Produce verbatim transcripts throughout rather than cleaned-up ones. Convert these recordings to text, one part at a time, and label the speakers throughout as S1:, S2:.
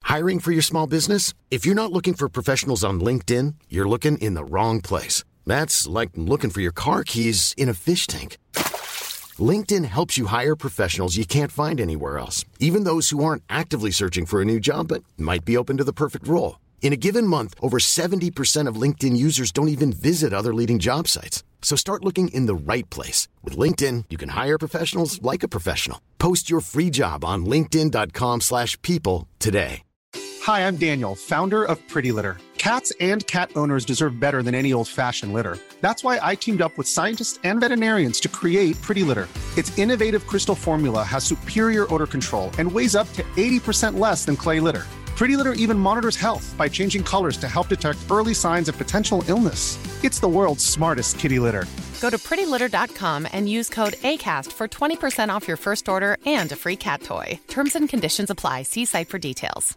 S1: Hiring for your small business? If you're not looking for professionals on LinkedIn, you're looking in the wrong place. That's like looking for your car keys in a fish tank. LinkedIn helps you hire professionals you can't find anywhere else, even those who aren't actively searching for a new job but might be open to the perfect role. In a given month, over seventy percent of LinkedIn users don't even visit other leading job sites. So start looking in the right place. With LinkedIn, you can hire professionals like a professional. Post your free job on linkedin dot com slash people today.
S2: Hi, I'm Daniel, founder of Pretty Litter. Cats and cat owners deserve better than any old-fashioned litter. That's why I teamed up with scientists and veterinarians to create Pretty Litter. Its innovative crystal formula has superior odor control and weighs up to eighty percent less than clay litter. Pretty Litter even monitors health by changing colors to help detect early signs of potential illness. It's the world's smartest kitty litter.
S3: Go to pretty litter dot com and use code ACAST for twenty percent off your first order and a free cat toy. Terms and conditions apply. See site for details.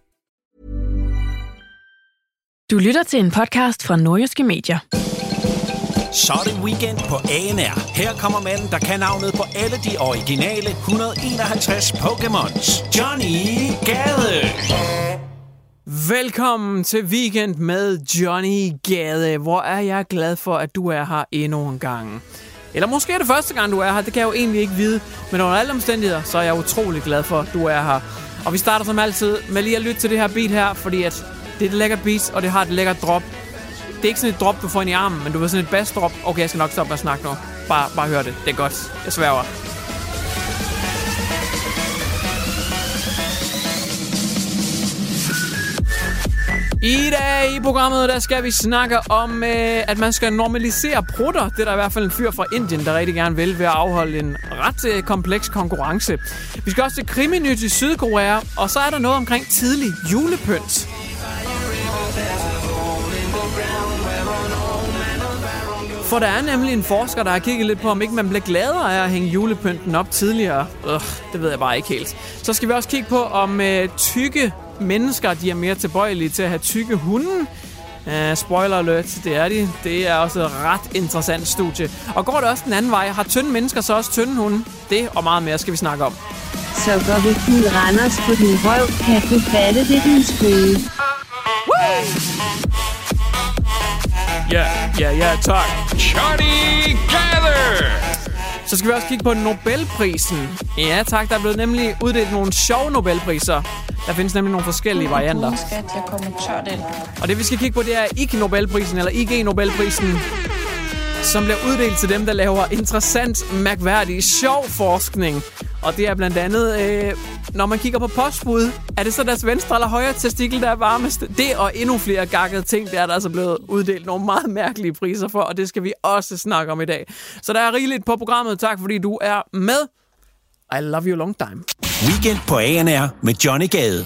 S4: Du lytter til en podcast fra Nordjyske Medier.
S5: Så er det weekend på A N R. Her kommer manden, der kan navnet på alle de originale et hundrede og enoghalvtreds Pokémons. Johnny Gade.
S6: Velkommen til Weekend med Johnny Gade. Hvor er jeg glad for, at du er her endnu en gang. Eller måske er det første gang, du er her. Det kan jeg jo egentlig ikke vide. Men under alle omstændigheder, så er jeg utrolig glad for, at du er her. Og vi starter som altid med lige at lytte til det her beat her, fordi at det er et lækkert beat, og det har et lækkert drop. Det er ikke sådan et drop, du får ind i armen, men du får sådan et bass-drop. Okay, jeg skal nok stoppe og snakke nu. Bare, bare hør det. Det er godt. Jeg sværger. I dag i programmet, der skal vi snakke om, øh, at man skal normalisere prutter. Det er der i hvert fald en fyr fra Indien, der rigtig gerne vil ved at afholde en ret øh, kompleks konkurrence. Vi skal også til kriminyt i Sydkorea, og så er der noget omkring tidlig julepynt. For der er nemlig en forsker, der har kigget lidt på, om ikke man bliver gladere af at hænge julepynten op tidligere. Øh, det ved jeg bare ikke helt. Så skal vi også kigge på, om øh, tykke mennesker, de er mere tilbøjelige til at have tykke hunde. Uh, spoiler alert, det er de. Det er også et ret interessant studie. Og går det også den anden vej? Har tynde mennesker så også tynde hunde? Det og meget mere skal vi snakke om.
S7: Så går vi fuld Randers på din røv. Kan du fatte det, din skøde?
S6: Ja, ja, ja, tak.
S5: Johnny Gade.
S6: Så skal vi også kigge på Nobelprisen. Ja tak, der er blevet nemlig uddelt nogle sjove Nobelpriser. Der findes nemlig nogle forskellige varianter. Og det vi skal kigge på, det er ikke Nobelprisen, eller I G Nobelprisen, som bliver uddelt til dem, der laver interessant, mærkværdig, sjov forskning. Og det er blandt andet, øh, når man kigger på postbud, er det så deres venstre eller højre testikel, der er varmest? Det og endnu flere gakkede ting, der er der altså blevet uddelt nogle meget mærkelige priser for, og det skal vi også snakke om i dag. Så der er rigeligt på programmet. Tak fordi du er med. I love you long time.
S5: Weekend på A N R med Johnny Gade.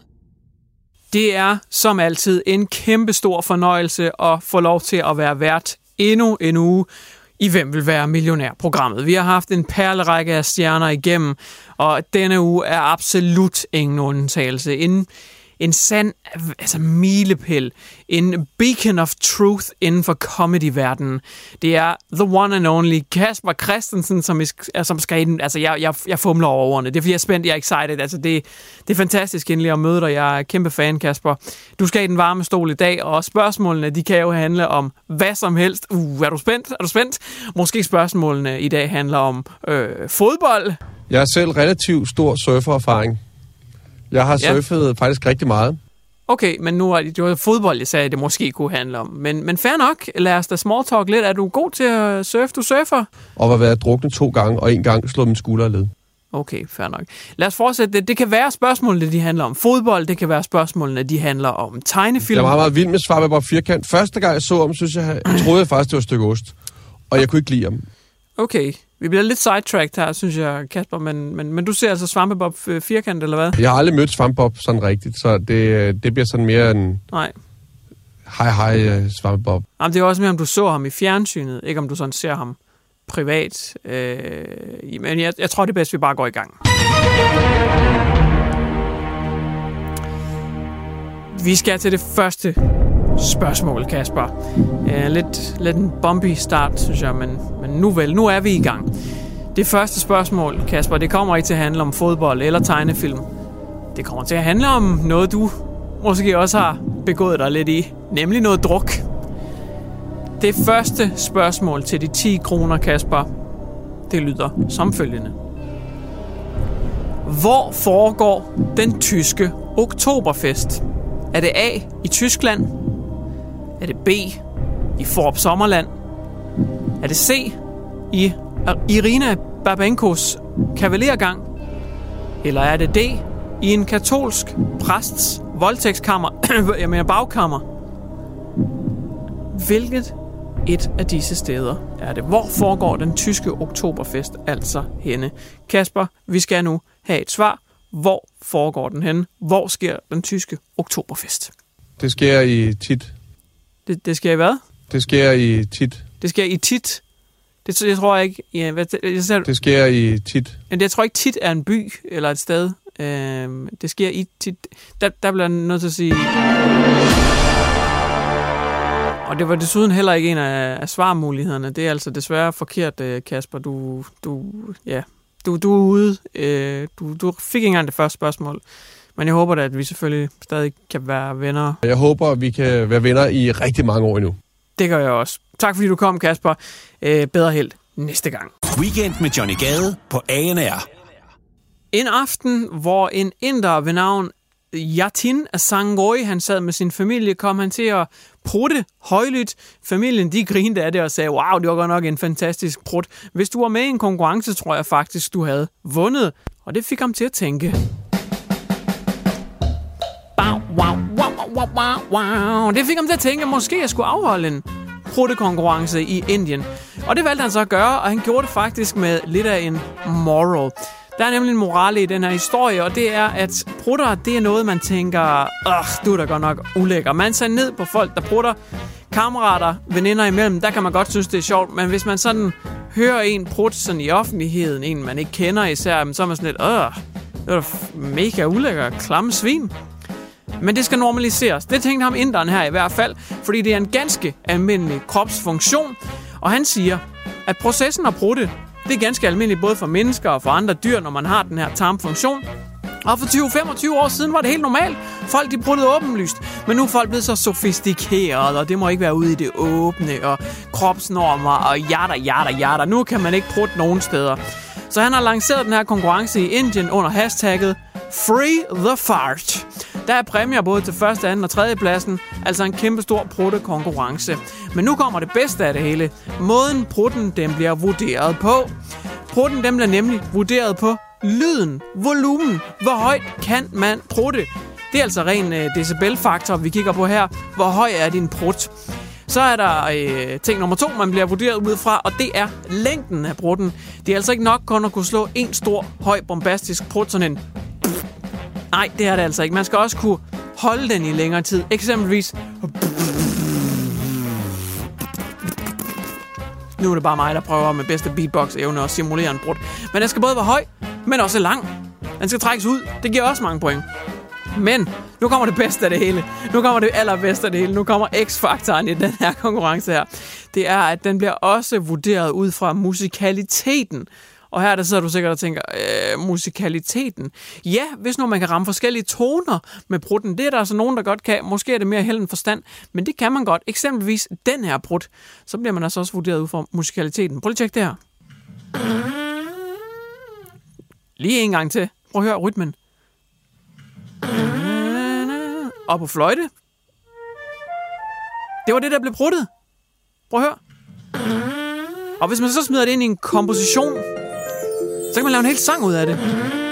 S6: Det er som altid en kæmpe stor fornøjelse at få lov til at være vært endnu en uge i Hvem vil være millionær-programmet. Vi har haft en perlerække af stjerner igennem, og denne uge er absolut ingen undtagelse. En, en sand altså milepæl, en beacon of truth inden for comedy-verdenen. Det er the one and only Kasper Christensen, som, er, som skal ind. Altså, jeg, jeg, jeg fumler over ordene. Det er fordi, jeg er spændt, jeg er excited. Altså, det, det er fantastisk endelig at møde dig. Jeg er kæmpe fan, Kasper. Du skal i den varme stol i dag, og spørgsmålene, de kan jo handle om hvad som helst. Uh, er du spændt? Er du spændt? Måske spørgsmålene i dag handler om øh, fodbold.
S8: Jeg er selv relativt stor surfererfaring. Jeg har surfet ja. faktisk rigtig meget.
S6: Okay, men nu er det jo fodbold, jeg sagde, det måske kunne handle om. Men, men fair nok, lad os da small talk lidt. Er du god til at surfe? Du surfer?
S8: Og var været druknet to gange, og en gang slået min skulder led.
S6: Okay, fair nok. Lad os fortsætte det. Det kan være spørgsmålene, de handler om fodbold. Det kan være spørgsmålene, de handler om tegnefilm.
S8: Jeg var meget, meget vild med SvampeBob Firkant. Første gang jeg så ham, synes jeg, jeg troede jeg faktisk, det var et stykke ost. Og jeg kunne ikke lide ham.
S6: Okay, vi bliver lidt sidetracked her, synes jeg, Kasper, men, men, men du ser altså SvampeBob Firkant, eller hvad? Jeg
S8: har aldrig mødt SvampeBob sådan rigtigt, så det, det bliver sådan mere en...
S6: Nej.
S8: Hej, hej, SvampeBob.
S6: Jamen, det er også mere, om du så ham i fjernsynet, ikke om du sådan ser ham privat. Øh, men jeg, jeg tror, det er bedst, vi bare går i gang. Vi skal til det første spørgsmål, Kasper. Uh, lidt, lidt en bumpy start, synes jeg, men, men nu vel, nu er vi i gang. Det første spørgsmål, Kasper, det kommer ikke til at handle om fodbold eller tegnefilm. Det kommer til at handle om noget, du måske også har begået dig lidt i, nemlig noget druk. Det første spørgsmål til de ti kroner, Kasper, det lyder som følgende. Hvor foregår den tyske oktoberfest? Er det A i Tyskland? Er det B i Forop Sommerland? Er det C i Irina Babenkos kavalergang? Eller er det D i en katolsk præsts voldtægtskammer, jeg mener bagkammer? Hvilket et af disse steder er det? Hvor foregår den tyske oktoberfest altså henne? Kasper, vi skal nu have et svar. Hvor foregår den henne? Hvor sker den tyske oktoberfest?
S8: Det sker i tit.
S6: Det, det sker i hvad?
S8: Det sker i tit.
S6: Det sker i tit. Det jeg tror jeg ikke. Ja, hvad, jeg selv,
S8: det sker i tit.
S6: Men jeg tror ikke tit er en by eller et sted. Øh, det sker i tit. Der, der bliver jeg nødt til at sige. Og det var desuden heller ikke en af, af svarmulighederne. Det er altså desværre forkert, Kasper. Du, du, ja, du, du er ude. Øh, du, du fik ikke engang det første spørgsmål. Men jeg håber da, at vi selvfølgelig stadig kan være venner.
S8: Jeg håber, at vi kan være venner i rigtig mange år endnu.
S6: Det gør jeg også. Tak fordi du kom, Kasper. Øh, bedre held næste gang.
S5: Weekend med Johnny Gade på A N R.
S6: En aften, hvor en inder ved navn Yatin Sangoi, han sad med sin familie, kom han til at prutte højlydt. Familien, de grinede af det og sagde, wow, det var godt nok en fantastisk prut. Hvis du var med i en konkurrence, tror jeg faktisk, du havde vundet. Og det fik ham til at tænke. Wow, wow, wow, wow, wow, wow. Det fik ham til at tænke, at måske jeg skulle afholde en pruttekonkurrence i Indien. Og det valgte han så at gøre, og han gjorde det faktisk med lidt af en moral. Der er nemlig en morale i den her historie, og det er, at prutter, det er noget, man tænker, åh, du er da godt nok ulækker. Man ser ned på folk, der prutter. Kammerater, veninder imellem, der kan man godt synes, det er sjovt. Men hvis man sådan hører en prut sådan i offentligheden, en man ikke kender især, så er man sådan lidt, åh, det er da mega ulækker, klamme svin. Men det skal normaliseres. Det tænkte ham inderen her i hvert fald, fordi det er en ganske almindelig kropsfunktion. Og han siger, at processen at prutte, det er ganske almindeligt både for mennesker og for andre dyr, når man har den her tarmfunktion. Og for tyve til femogtyve år siden var det helt normalt. Folk de pruttede åbenlyst. Men nu er folk blevet så sofistikerede, og det må ikke være ude i det åbne, og kropsnormer, og jada, jada, jada. Nu kan man ikke prutte nogen steder. Så han har lanceret den her konkurrence i Indien under hashtagget Free the Fart. Der er præmier både til første, anden og tredje pladsen, altså en kæmpe stor pruttekonkurrence. Men nu kommer det bedste af det hele. Måden prutten den bliver vurderet på. Prutten den bliver nemlig vurderet på lyden, volumen. Hvor højt kan man prutte? Det er altså ren øh, decibelfaktor, vi kigger på her. Hvor høj er din prut? Så er der øh, ting nummer to, man bliver vurderet ud fra, og det er længden af prutten. Det er altså ikke nok kun at kunne slå en stor, høj, bombastisk prut, sådan en. Nej, det er det altså ikke. Man skal også kunne holde den i længere tid. Eksempelvis. Nu er det bare mig, der prøver med bedste beatbox-evne at simulere en prut. Men den skal både være høj, men også lang. Den skal trækkes ud. Det giver også mange point. Men nu kommer det bedste af det hele. Nu kommer det allerbedste af det hele. Nu kommer X-faktoren i den her konkurrence her. Det er, at den bliver også vurderet ud fra musikaliteten. Og her der sidder du sikkert og tænker, øh, musikaliteten. Ja, hvis nu man kan ramme forskellige toner med prutten, det er der altså nogen, der godt kan. Måske er det mere held end forstand, men det kan man godt. Eksempelvis den her prut. Så bliver man altså også vurderet ud fra musikaliteten. Prøv lige at tjekke det her. Lige en gang til. Prøv at høre rytmen. Og på fløjte. Det var det, der blev pruttet. Prøv at høre. Og hvis man så smider det ind i en komposition, så kan man lave en hel sang ud af det.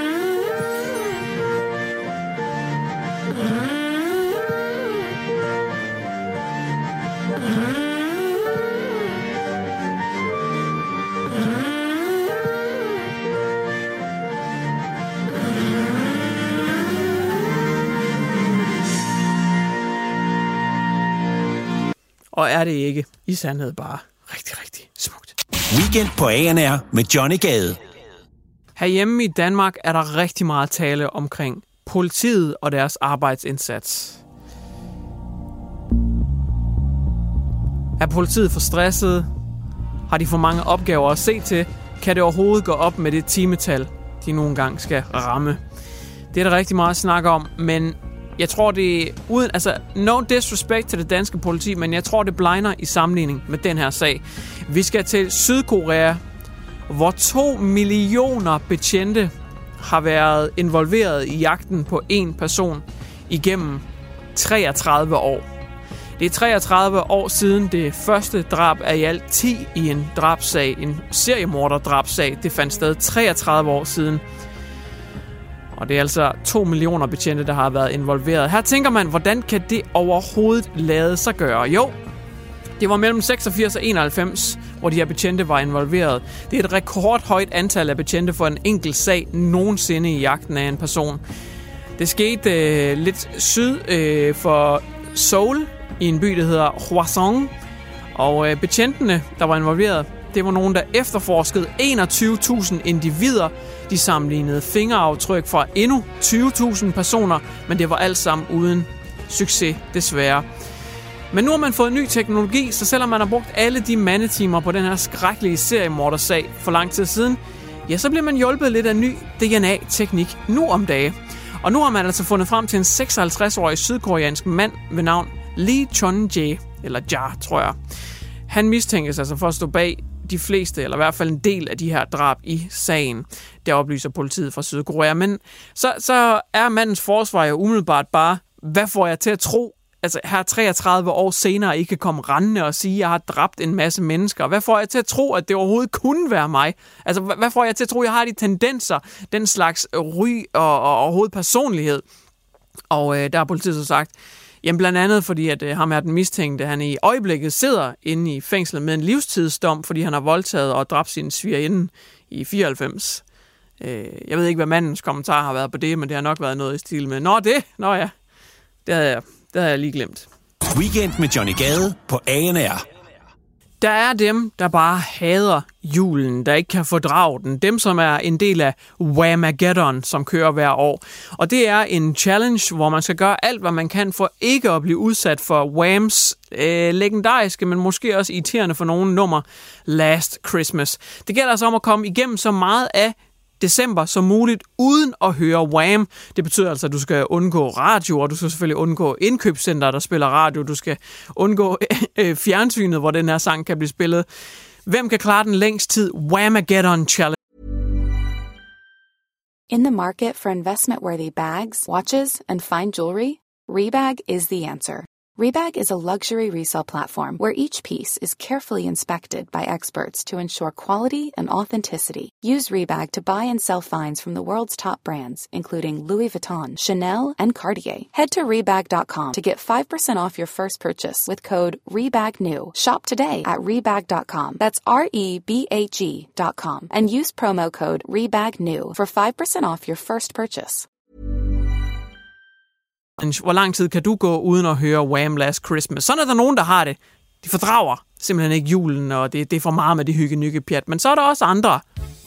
S6: Og er det ikke i sandhed bare rigtig, rigtig smukt.
S5: Weekend på A N R med Johnny Gade.
S6: Herhjemme i Danmark er der rigtig meget tale omkring politiet og deres arbejdsindsats. Er politiet for stresset? Har de for mange opgaver at se til? Kan det overhovedet gå op med det timetal, de nogle gange skal ramme? Det er der rigtig meget at snakke om, men Jeg tror, det er uden... Altså, no disrespect til det danske politi, men jeg tror, det blegner i sammenligning med den her sag. Vi skal til Sydkorea, hvor to millioner betjente har været involveret i jagten på en person igennem treogtredive år. Det er treogtredive år siden det første drab af i alt ti i en drabsag, en seriemorderdrabsag. Det fandt sted treogtredive år siden. Og det er altså to millioner betjente, der har været involveret. Her tænker man, hvordan kan det overhovedet lade sig gøre? Jo, det var mellem seksogfirs og enoghalvfems, hvor de her betjente var involveret. Det er et rekordhøjt antal af betjente for en enkelt sag nogensinde i jagten af en person. Det skete øh, lidt syd øh, for Seoul, i en by, der hedder Hwaseong. Og øh, betjentene, der var involveret, det var nogen, der efterforskede enogtyve tusind individer. De sammenlignede fingeraftryk fra endnu tyve tusind personer, men det var alt sammen uden succes, desværre. Men nu har man fået ny teknologi, så selvom man har brugt alle de mandetimer på den her skrækkelige seriemordersag for lang tid siden, ja, så bliver man hjulpet lidt af ny D N A-teknik nu om dage. Og nu har man altså fundet frem til en seksoghalvtreds-årig sydkoreansk mand ved navn Lee Chun-jae, eller Ja, tror jeg. Han mistænkes altså for at stå bag de fleste, eller i hvert fald en del af de her drab i sagen. Der oplyser politiet fra Sydkorea. Men så, så er mandens forsvar jo umiddelbart bare, hvad får jeg til at tro, altså her treogtredive år senere ikke kan komme rendende og sige, at jeg har dræbt en masse mennesker. Hvad får jeg til at tro, at det overhovedet kunne være mig? Altså, hvad får jeg til at tro, at jeg har de tendenser, den slags ry og, og overhovedet personlighed? Og øh, der har politiet så sagt, jamen blandt andet fordi, at øh, ham er den mistænkte, han i øjeblikket sidder inde i fængslet med en livstidsdom, fordi han har voldtaget og dræbt sin svigerinde i fireoghalvfems. Øh, jeg ved ikke, hvad mandens kommentar har været på det, men det har nok været noget i stil med, nå det, nå ja, det havde jeg, det havde jeg lige glemt.
S5: Weekend med Johnny Gade på A N R.
S6: Der er dem, der bare hader julen, der ikke kan fordrage den. Dem, som er en del af Whamageddon, som kører hver år. Og det er en challenge, hvor man skal gøre alt, hvad man kan for ikke at blive udsat for Whams øh, legendariske, men måske også irriterende for nogle nummer Last Christmas. Det gælder altså om at komme igennem så meget af december som muligt, uden at høre Wham. Det betyder altså, at du skal undgå radio, og du skal selvfølgelig undgå indkøbscenter, der spiller radio. Du skal undgå øh, fjernsynet, hvor den her sang kan blive spillet. Hvem kan klare den længst tid? Whamageddon Challenge.
S9: In the market for investment-worthy bags, watches, and fine jewelry, Rebag is the answer. Rebag is a luxury resale platform where each piece is carefully inspected by experts to ensure quality and authenticity. Use Rebag to buy and sell finds from the world's top brands, including Louis Vuitton, Chanel, and Cartier. Head to Rebag dot com to get five percent off your first purchase with code REBAGNEW. Shop today at Rebag dot com. That's R E B A G dot com. And use promo code REBAGNEW for five percent off your first purchase.
S6: Hvor lang tid kan du gå uden at høre Wham! Last Christmas? Sådan er der nogen, der har det. De fordrager simpelthen ikke julen, og det, det er for meget med det hygge-nygge-pjat. Men så er der også andre,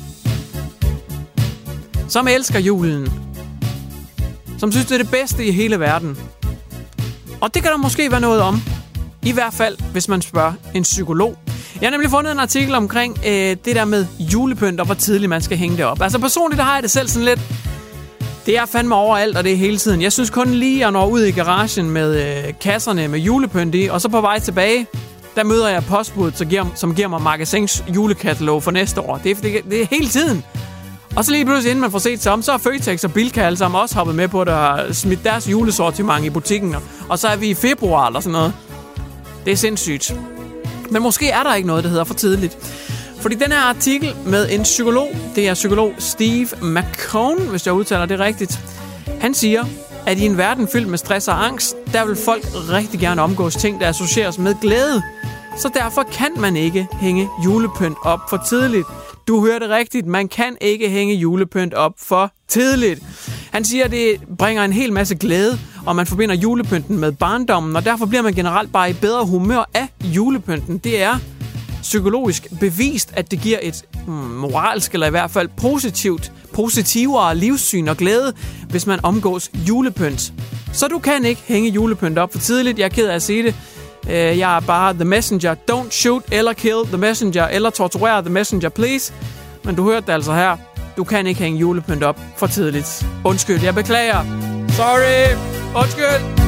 S6: som elsker julen. Som synes, det er det bedste i hele verden. Og det kan der måske være noget om. I hvert fald, hvis man spørger en psykolog. Jeg har nemlig fundet en artikel omkring øh, det der med julepynt, og hvor tidligt man skal hænge det op. Altså personligt, der har jeg det selv sådan lidt... Det er fandme overalt, og det er hele tiden. Jeg synes kun lige, at når ud i garagen med øh, kasserne med julepynt i, og så på vej tilbage, der møder jeg postbuddet, som giver, som giver mig Magasins julekatalog for næste år. Det er, det, det er hele tiden. Og så lige pludselig, inden man får set sig om, så er Føtex og Bilka alle sammen også hoppet med på, der har smidt deres julesortiment i butikken. Og så er vi i februar eller sådan noget. Det er sindssygt. Men måske er der ikke noget, der hedder for tidligt. Fordi den her artikel med en psykolog, det er psykolog Steve McCone, hvis jeg udtaler det rigtigt. Han siger, at i en verden fyldt med stress og angst, der vil folk rigtig gerne omgås ting, der associeres med glæde. Så derfor kan man ikke hænge julepynt op for tidligt. Du hører det rigtigt, man kan ikke hænge julepynt op for tidligt. Han siger, at det bringer en hel masse glæde, og man forbinder julepynten med barndommen, og derfor bliver man generelt bare i bedre humør af julepynten. Det er psykologisk bevist, at det giver et mm, moralsk, eller i hvert fald positivt, positivere livssyn og glæde, hvis man omgås julepynt. Så du kan ikke hænge julepynt op for tidligt. Jeg er ked af at sige det. Jeg er bare the messenger. Don't shoot eller kill the messenger, eller torturere the messenger, please. Men du hørte det altså her. Du kan ikke hænge julepynt op for tidligt. Undskyld, jeg beklager. Sorry. Undskyld.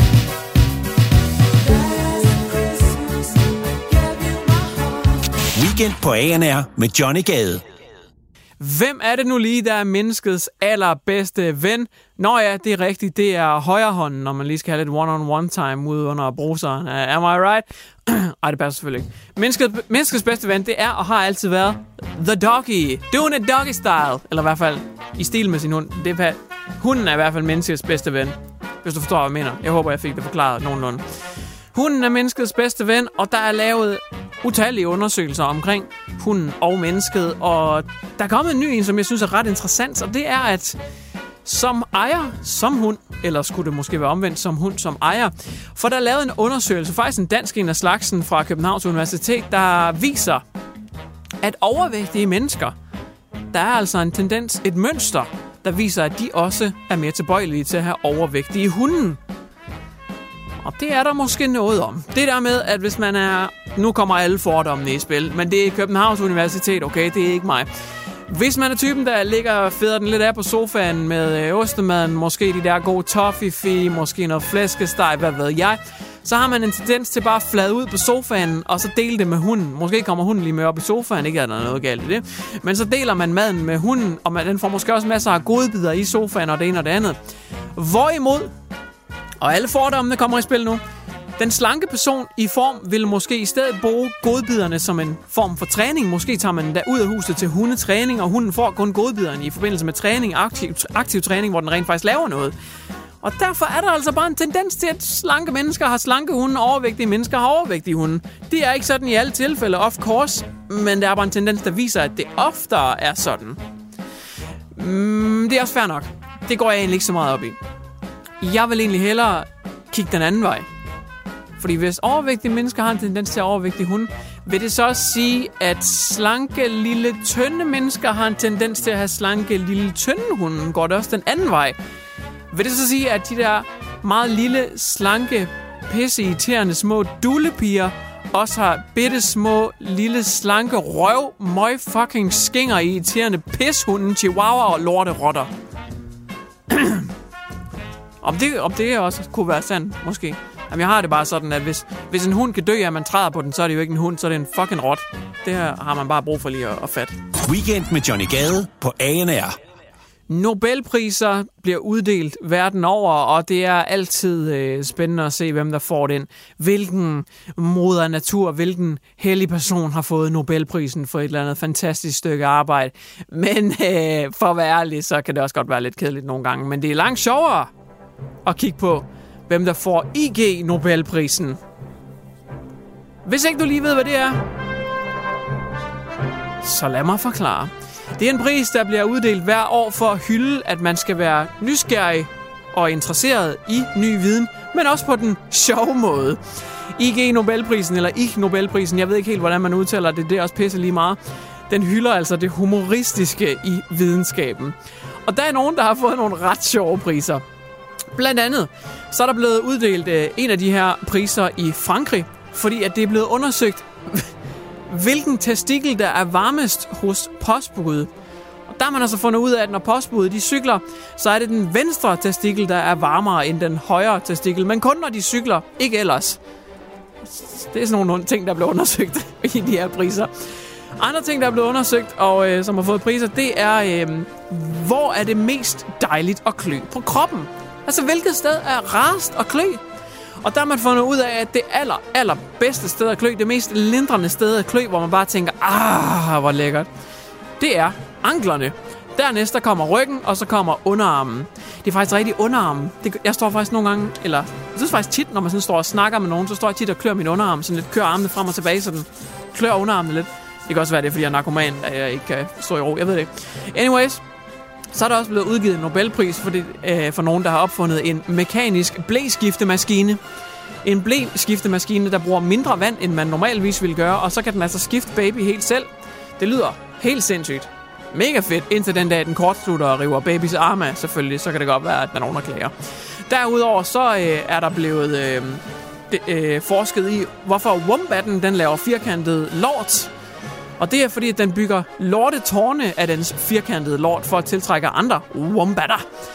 S5: Weekend på A N R med Johnny Gade.
S6: Hvem er det nu lige, der er menneskets allerbedste ven? Nå ja, det er rigtigt. Det er højrehånden, når man lige skal have lidt one-on-one time ude under bruseren. Uh, am I right? Ej, det passer selvfølgelig ikke. Mennesket, menneskets bedste ven, det er og har altid været the doggy. Doing it doggy style. Eller i hvert fald i stil med sin hund. Det er, hunden er i hvert fald menneskets bedste ven. Hvis du forstår, hvad jeg mener. Jeg håber, jeg fik det forklaret nogenlunde. Hunden er menneskets bedste ven, og der er lavet utallige undersøgelser omkring hunden og mennesket. Og der er kommet en ny en, som jeg synes er ret interessant, og det er, at som ejer, som hund, eller skulle det måske være omvendt, som hund, som ejer. For der er lavet en undersøgelse, faktisk en dansk en af slagsen fra Københavns Universitet, der viser, at overvægtige mennesker, der er altså en tendens, et mønster, der viser, at de også er mere tilbøjelige til at have overvægtige hunden. Og det er der måske noget om. Det der med, at hvis man er... Nu kommer alle fordommene i spil, men det er Københavns Universitet, okay? Det er ikke mig. Hvis man er typen, der ligger og feder den lidt af på sofaen med øh, ostemaden, måske de der gode toffifee, måske noget flæskesteg, hvad ved jeg, så har man en tendens til bare at flade ud på sofaen, og så dele det med hunden. Måske kommer hunden lige med op i sofaen, ikke er der noget galt i det. Men så deler man maden med hunden, og man, den får måske også masser af godbidder i sofaen, og det ene og det andet. Hvorimod, og alle fordommene kommer i spil nu, den slanke person i form vil måske i stedet bruge godbiderne som en form for træning. Måske tager man da ud af huset til hundetræning, og hunden får kun godbiderne i forbindelse med træning, aktiv, aktiv træning, hvor den rent faktisk laver noget. Og derfor er der altså bare en tendens til, at slanke mennesker har slanke hunde, og overvægtige mennesker har overvægtige hunde. Det er ikke sådan i alle tilfælde, of course, men der er bare en tendens, der viser, at det oftere er sådan. Mm, det er også fair nok. Det går jeg egentlig ikke så meget op i. Jeg vil egentlig hellere kigge den anden vej. Fordi hvis overvægtige mennesker har en tendens til at overvægtige hunde, vil det så også sige, at slanke, lille, tynde mennesker har en tendens til at have slanke, lille, tynde hunde. Går det også den anden vej? Vil det så sige, at de der meget lille, slanke, pisseirriterende små dullepiger også har bitte små, lille, slanke, røv, møg, fucking skinger irriterende pishunden, chihuahua og lorterotter? Om det, om det også kunne være sandt, måske. Jamen, jeg har det bare sådan, at hvis, hvis en hund kan dø, at man træder på den, så er det jo ikke en hund, så er det en fucking rot. Det her har man bare brug for lige at, at fatte.
S5: Weekend med Johnny Gade på A N R.
S6: Nobelpriser bliver uddelt verden over, og det er altid øh, spændende at se, hvem der får den. Hvilken moder natur, hvilken hellig person har fået Nobelprisen for et eller andet fantastisk stykke arbejde. Men øh, for at være ærlig, så kan det også godt være lidt kedeligt nogle gange. Men det er langt sjovere at kigge på, hvem der får I G Nobelprisen. Hvis ikke du lige ved, hvad det er, så lad mig forklare. Det er en pris, der bliver uddelt hver år for at hylde, at man skal være nysgerrig og interesseret i ny viden, men også på den sjove måde. I G Nobelprisen, eller I G Nobelprisen, jeg ved ikke helt, hvordan man udtaler det, det er også pisse lige meget. Den hylder altså det humoristiske i videnskaben. Og der er nogen, der har fået nogle ret sjove priser. Blandt andet, så er der blevet uddelt øh, en af de her priser i Frankrig, fordi at det er blevet undersøgt, hvilken testikel, der er varmest hos postbudet. Og der har man altså fundet ud af, at når postbudet de cykler, så er det den venstre testikel, der er varmere end den højre testikel, men kun når de cykler, ikke ellers. Det er sådan nogle ting, der bliver undersøgt i de her priser. Andre ting, der er blevet undersøgt, og øh, som har fået priser, det er, øh, hvor er det mest dejligt at klø på kroppen? Altså, hvilket sted er rarest at klø? Og der har man fundet ud af, at det aller, aller bedste sted at klø, det mest lindrende sted at klø, hvor man bare tænker, ah, hvor lækkert, det er anklerne. Dernæst der kommer ryggen, og så kommer underarmen. Det er faktisk rigtig underarmen. Det, jeg står faktisk nogle gange, eller jeg synes faktisk tit, når man sådan står og snakker med nogen, så står jeg tit og klør min underarm, sådan lidt, kører armene frem og tilbage, så den klør underarmen lidt. Det kan også være det, fordi jeg er narkoman, at jeg ikke kan stå i ro. Jeg ved det ikke. Anyways, så er der også blevet udgivet en Nobelpris for, det, øh, for nogen, der har opfundet en mekanisk blæskiftemaskine. En blæskiftemaskine, der bruger mindre vand, end man normalvis ville gøre, og så kan den altså skifte baby helt selv. Det lyder helt sindssygt. Mega fedt, indtil den dag, den kortslutter og river babys arme af, selvfølgelig. Så kan det godt være, at der er nogen, der klager. Derudover så øh, er der blevet øh, de, øh, forsket i, hvorfor wombatten den laver firkantet lort. Og det er fordi, at den bygger lortetårne af dens firkantede lort for at tiltrække andre wombatter.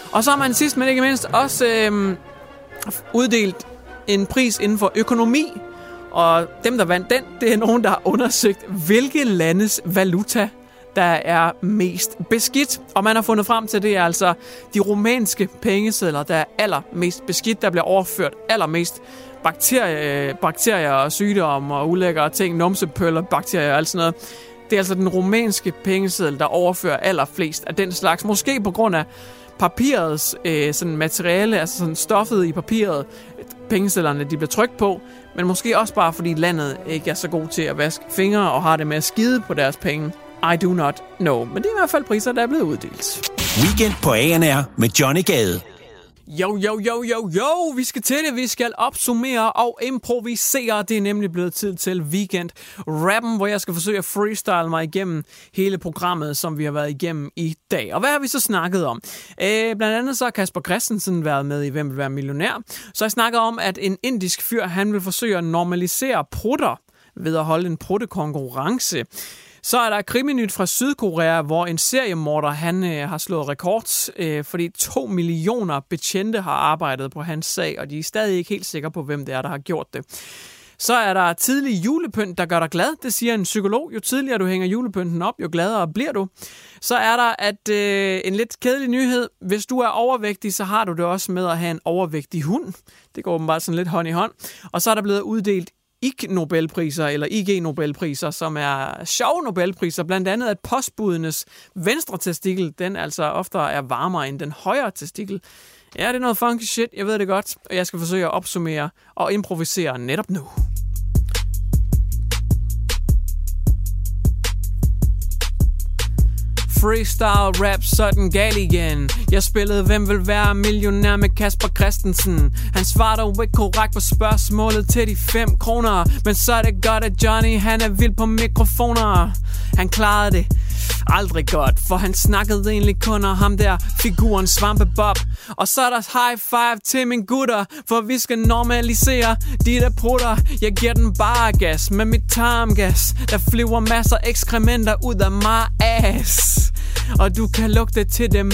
S6: Og så har man sidst, men ikke mindst, også øh, uddelt en pris inden for økonomi. Og dem, der vandt den, det er nogen, der har undersøgt, hvilke landes valuta, der er mest beskidt. Og man har fundet frem til, det er altså de rumænske pengesedler, der er allermest beskidt, der bliver overført allermest bakterier, bakterier og sygdomme og ulækkere ting, numsepøller, bakterier og alt sådan noget. Det er altså den rumænske pengeseddel, der overfører allerflest af den slags. Måske på grund af papirets øh, sådan materiale, altså sådan stoffet i papiret, pengesedlerne de bliver trykt på, men måske også bare fordi landet ikke er så god til at vaske fingre og har det med at skide på deres penge. I do not know. Men det er i hvert fald priser, der er blevet uddelt.
S5: Weekend på A N R med Johnny Gade.
S6: Jo, jo, jo, jo, jo, vi skal til det. Vi skal opsummere og improvisere. Det er nemlig blevet tid til weekend-rappen, hvor jeg skal forsøge at freestyle mig igennem hele programmet, som vi har været igennem i dag. Og hvad har vi så snakket om? Æh, blandt andet så har Kasper Christensen været med i Hvem vil være millionær. Så jeg snakker om, at en indisk fyr, han vil forsøge at normalisere prutter ved at holde en pruttekonkurrence. Så er der kriminyt fra Sydkorea, hvor en seriemorder han øh, har slået rekord, øh, fordi to millioner betjente har arbejdet på hans sag, og de er stadig ikke helt sikre på, hvem det er, der har gjort det. Så er der tidlig julepynt, der gør dig glad. Det siger en psykolog. Jo tidligere du hænger julepynten op, jo gladere bliver du. Så er der at øh, en lidt kedelig nyhed. Hvis du er overvægtig, så har du det også med at have en overvægtig hund. Det går åbenbart sådan lidt hånd i hånd. Og så er der blevet uddelt I G Nobelpriser, eller I G Nobelpriser, som er sjove Nobelpriser, blandt andet at postbudenes venstre testikel, den altså ofte er varmere end den højre testikel. Ja, det er noget funky shit, jeg ved det godt, og jeg skal forsøge at opsummere og improvisere netop nu. Freestyle rap, sådan gal igen. Jeg spillede Hvem vil være millionær med Kasper Christensen. Han svarede dog ikke korrekt på spørgsmålet til de fem kroner. Men så er det godt, at Johnny han er vild på mikrofoner. Han klarede det aldrig godt, for han snakkede egentlig kun om ham der figuren Svampebob. Og så er der high five til min gutter, for vi skal normalisere de der prutter. Jeg giver den bare gas med mit tarmgas. Der flyver masser ekskrementer ud af mig ass. Og du kan lugte til det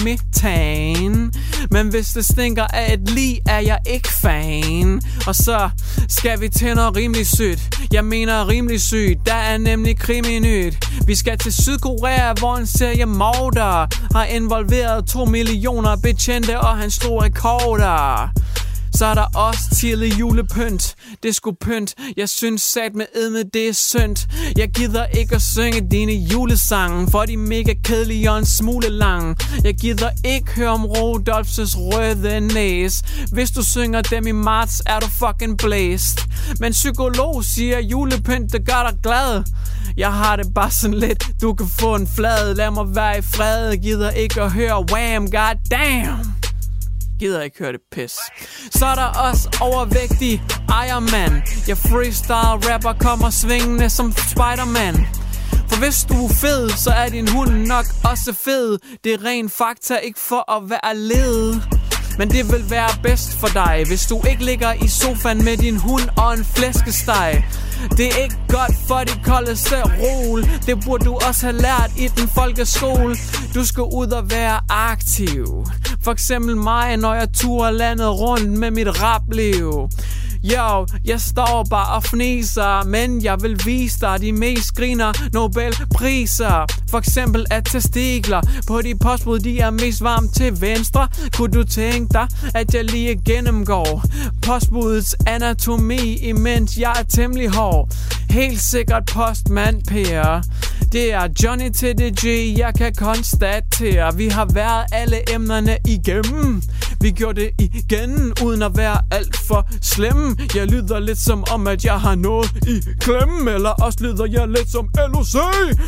S6: metan. Men hvis det stinker af et lig, er jeg ikke fan. Og så skal vi til noget rimelig sygt. Jeg mener rimelig sygt. Der er nemlig kriminyt. Vi skal til Sydkorea, hvor en serie morder har involveret to millioner betjente, og han slog rekorder. Så er der også tidlig julepynt. Det er sgu pynt. Jeg synes sat med ed med det er synd. Jeg gider ikke at synge dine julesange, for de er mega kedelige og en smule lang. Jeg gider ikke høre om Rudolfs røde næs. Hvis du synger dem i marts, er du fucking blæst. Men psykolog siger julepynt, det gør dig glad. Jeg har det bare sådan lidt. Du kan få en flad. Lad mig være i fred. Gider ikke at høre Wham, goddamn. Gider ikke høre det pis. Så er der også overvægtig ejermand. Jeg freestyle rapper kommer svingende som Spider-Man. For hvis du er fed, så er din hund nok også fed. Det er ren fakta, ikke for at være led. Men det vil være bedst for dig, hvis du ikke ligger i sofaen med din hund og en flæskesteg. Det er ikke godt for de koldeste rol. Det burde du også have lært i den folkeskole. Du skal ud og være aktiv. For eksempel mig, når jeg turer landet rundt med mit rapliv. Jo, jeg står bare og fniser, men jeg vil vise dig de mest griner Nobelpriser. For eksempel at testikler på de postbud, de er mest varme til venstre. Kunne du tænke dig, at jeg lige gennemgår postbudets anatomi, imens jeg er temmelig hård? Helt sikkert postmand Per. Det er Johnny til det G, jeg kan konstatere. Vi har været alle emnerne igennem. Vi gjorde det igen, uden at være alt for slemme. Jeg lyder lidt som om, at jeg har noget i klemme. Eller også lyder jeg lidt som L O C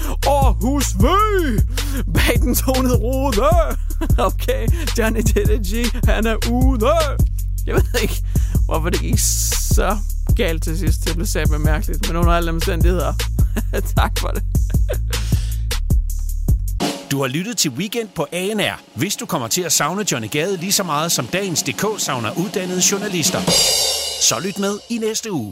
S6: Aarhus V bag den tonede rude. Okay, Johnny til det G, han er ude. Jeg ved ikke, hvorfor det gik så galt til sidst. Det blev sagt med mærkeligt, men under alle omstændigheder. Tak for det.
S5: Du har lyttet til Weekend på A N R. Hvis du kommer til at savne Johnny Gade lige så meget som Dagens D K savner uddannede journalister, så lyt med i næste uge.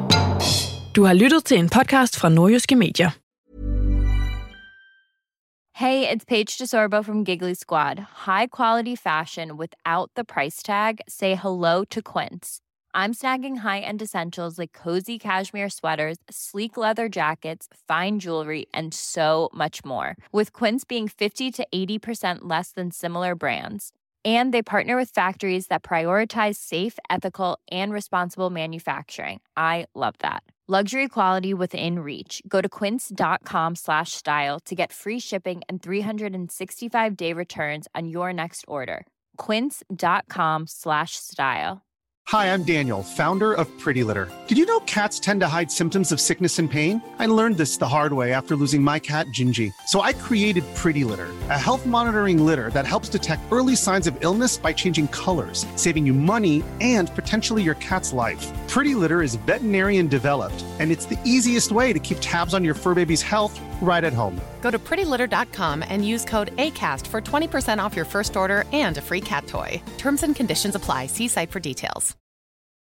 S4: Du har lyttet til en podcast fra Nordjyske Medier.
S10: Hey, it's Paige DeSorbo from Giggly Squad. High quality fashion without the price tag. Say hello to Quince. I'm snagging high-end essentials like cozy cashmere sweaters, sleek leather jackets, fine jewelry, and so much more. With Quince being fifty to eighty percent less than similar brands. And they partner with factories that prioritize safe, ethical, and responsible manufacturing. I love that. Luxury quality within reach. Go to quince.com slash style to get free shipping and three sixty-five day returns on your next order. Quince.com slash style.
S2: Hi, I'm Daniel, founder of Pretty Litter. Did you know cats tend to hide symptoms of sickness and pain? I learned this the hard way after losing my cat, Gingy. So I created Pretty Litter, a health monitoring litter that helps detect early signs of illness by changing colors, saving you money and potentially your cat's life. Pretty Litter is veterinarian developed, and it's the easiest way to keep tabs on your fur baby's health right at home.
S3: Go to pretty litter dot com and use code ACAST for twenty percent off your first order and a free cat toy. Terms and conditions apply. See site for details.